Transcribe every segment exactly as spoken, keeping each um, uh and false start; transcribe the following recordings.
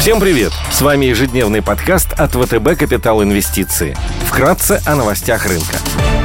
Всем привет! С вами ежедневный подкаст от вэ тэ бэ «Капитал Инвестиции». Вкратце о новостях рынка.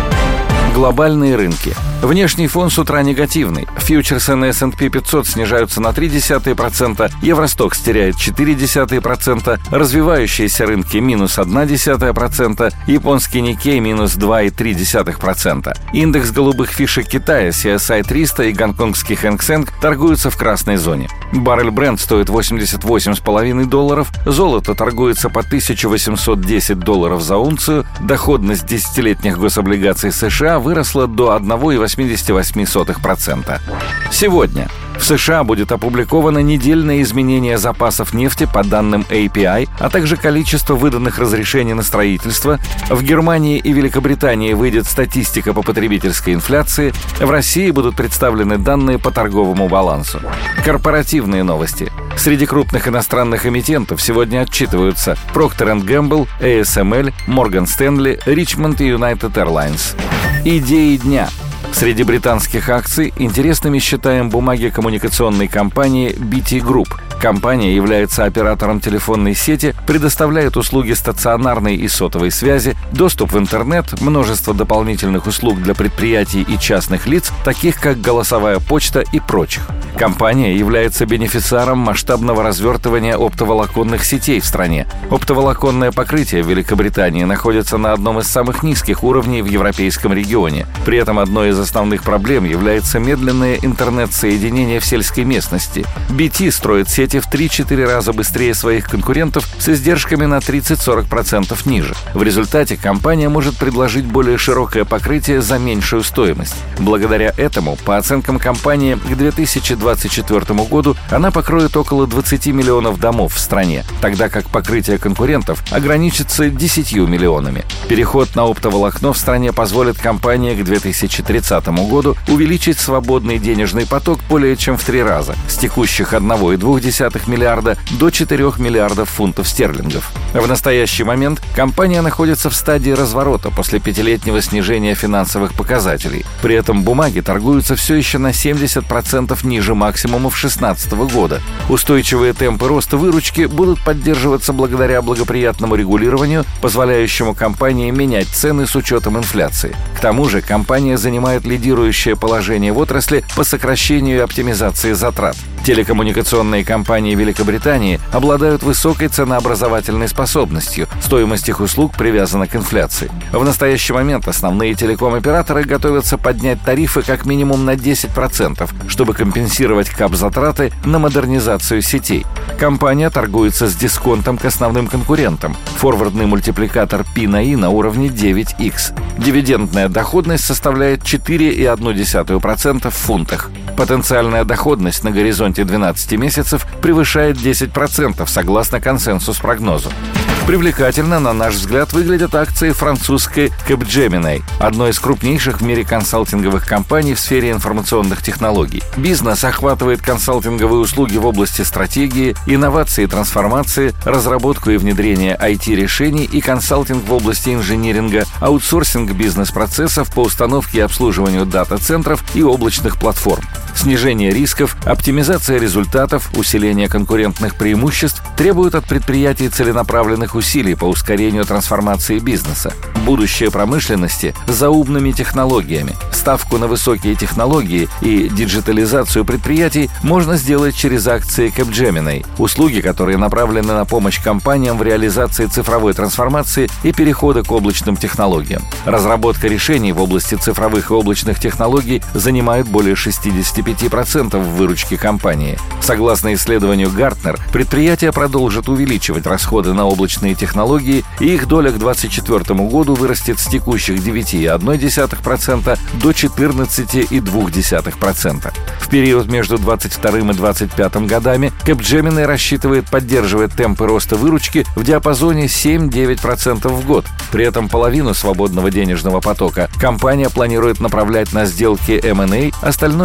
Глобальные рынки. Внешний фон с утра негативный. Фьючерсы на эс энд пи пятьсот снижаются на ноль целых три десятых процента, Евростокс теряет четыре десятых процента, развивающиеся рынки минус ноль целых одна десятая процента, японский Никкей минус два целых три десятых процента. Индекс голубых фишек Китая си эс ай триста и гонконгский Хэнк Сэнк торгуются в красной зоне. Баррель Брент стоит восемьдесят восемь целых пять десятых долларов, золото торгуется по тысяча восемьсот десять долларов за унцию, доходность десятилетних гособлигаций США выросла до одна целых восемьдесят восемь сотых процента. Сегодня в США будет опубликовано недельное изменение запасов нефти по данным эй пи ай, а также количество выданных разрешений на строительство. В Германии и Великобритании выйдет статистика по потребительской инфляции. В России будут представлены данные по торговому балансу. Корпоративные новости. Среди крупных иностранных эмитентов сегодня отчитываются Procter энд Gamble, эй эс эм эль, Morgan Stanley, Richmond и United Airlines. Идеи дня. Среди британских акций интересными считаем бумаги коммуникационной компании би ти Group. Компания является оператором телефонной сети, предоставляет услуги стационарной и сотовой связи, доступ в интернет, множество дополнительных услуг для предприятий и частных лиц, таких как голосовая почта и прочих. Компания является бенефициаром масштабного развертывания оптоволоконных сетей в стране. Оптоволоконное покрытие в Великобритании находится на одном из самых низких уровней в европейском регионе. При этом одной из основных проблем является медленное интернет-соединение в сельской местности. би ти строит сети в три-четыре раза быстрее своих конкурентов с издержками на тридцать-сорок процентов ниже. В результате компания может предложить более широкое покрытие за меньшую стоимость. Благодаря этому, по оценкам компании, к две тысячи двадцать четвёртому году она покроет около двадцать миллионов домов в стране, тогда как покрытие конкурентов ограничится десятью миллионами. Переход на оптоволокно в стране позволит компании к две тысячи тридцатому году увеличить свободный денежный поток более чем в три раза, с текущих одна целых две десятых миллиарда до четырёх миллиардов фунтов стерлингов. В настоящий момент компания находится в стадии разворота после пятилетнего снижения финансовых показателей. При этом бумаги торгуются все еще на семьдесят процентов ниже максимумов две тысячи шестнадцатого года. Устойчивые темпы роста выручки будут поддерживаться благодаря благоприятному регулированию, позволяющему компании менять цены с учетом инфляции. К тому же компания занимает лидирующее положение в отрасли по сокращению и оптимизации затрат. Телекоммуникационные компании Великобритании обладают высокой ценообразовательной способностью, стоимость их услуг привязана к инфляции. В настоящий момент основные телеком-операторы готовятся поднять тарифы как минимум на десять процентов, чтобы компенсировать кап-затраты на модернизацию сетей. Компания торгуется с дисконтом к основным конкурентам. Форвардный мультипликатор пи на и на уровне девять икс. Дивидендная доходность составляет четыре целых одна десятая процента в фунтах. Потенциальная доходность на горизонте двенадцати месяцев превышает десять процентов, согласно консенсус-прогнозу. Привлекательно, на наш взгляд, выглядят акции французской Capgemini, одной из крупнейших в мире консалтинговых компаний в сфере информационных технологий. Бизнес охватывает консалтинговые услуги в области стратегии, инновации и трансформации, разработку и внедрение ай ти-решений и консалтинг в области инжиниринга, аутсорсинг бизнес-процессов по установке и обслуживанию дата-центров и облачных платформ. Снижение рисков, оптимизация результатов, усиление конкурентных преимуществ требуют от предприятий целенаправленных усилий по ускорению трансформации бизнеса. Будущее промышленности за умными технологиями. Ставку на высокие технологии и диджитализацию предприятий можно сделать через акции Capgemini, услуги, которые направлены на помощь компаниям в реализации цифровой трансформации и перехода к облачным технологиям. Разработка решений в области цифровых и облачных технологий занимает более шестьдесят пять процентов выручки компании. Согласно исследованию Гартнер, предприятия продолжат увеличивать расходы на облачные технологии, и их доля к две тысячи двадцать четвёртому году вырастет с текущих девяти целых одной десятой процента до четырнадцати целых двух десятых процента. В период между двадцать вторым и двадцать пятым годами Capgemini рассчитывает поддерживать темпы роста выручки в диапазоне семь-девять процентов в год. При этом половину свободного денежного потока компания планирует направлять на сделки эм энд эй, остальное на дивиденды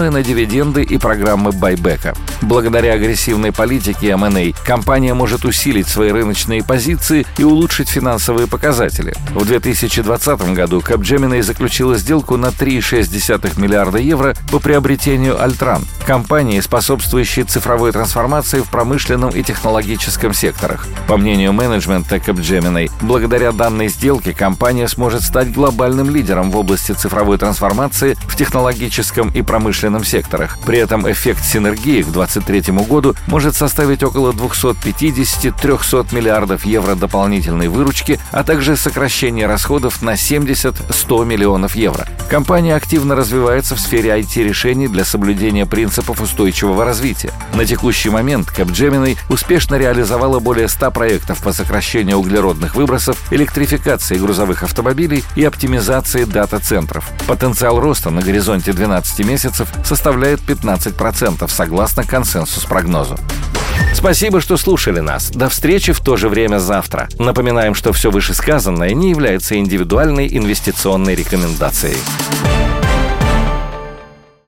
дивиденды и программы байбека. Благодаря агрессивной политике эм энд эй компания может усилить свои рыночные позиции и улучшить финансовые показатели. В две тысячи двадцатом году Capgemini заключила сделку на три целых шесть десятых миллиарда евро по приобретению Altran, компании, способствующей цифровой трансформации в промышленном и технологическом секторах. По мнению менеджмента Capgemini, благодаря данной сделке компания сможет стать глобальным лидером в области цифровой трансформации в технологическом и промышленном секторах. При этом эффект синергии к две тысячи двадцать третьему году может составить около двести пятьдесят - триста миллиардов евро дополнительной выручки, а также сокращение расходов на семьдесят - сто миллионов евро. Компания активно развивается в сфере ай ти-решений для соблюдения принципов устойчивого развития. На текущий момент Capgemini успешно реализовала более ста проектов по сокращению углеродных выбросов, электрификации грузовых автомобилей и оптимизации дата-центров. Потенциал роста на горизонте двенадцати месяцев составляет пятнадцать процентов, согласно консенсус-прогнозу. Спасибо, что слушали нас. До встречи в то же время завтра. Напоминаем, что все вышесказанное не является индивидуальной инвестиционной рекомендацией.